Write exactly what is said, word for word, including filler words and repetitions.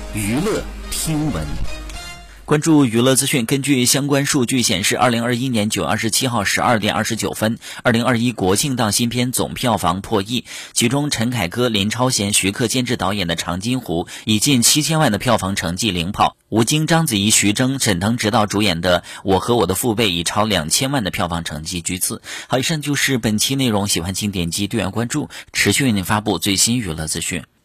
娱乐听闻。 关注娱乐资讯，根据相关数据显示，二零二一年九月二十七号十二点二十九分，二零二一国庆档新片总票房破亿，其中陈凯歌、林超贤、徐克监制导演的《长津湖》以近七千万的票房成绩领跑，吴京、章子怡、徐峥、沈腾执导主演的《我和我的父辈》以超两千万的票房成绩居次。好，以上就是本期内容，喜欢请点击订阅关注，持续为您发布最新娱乐资讯。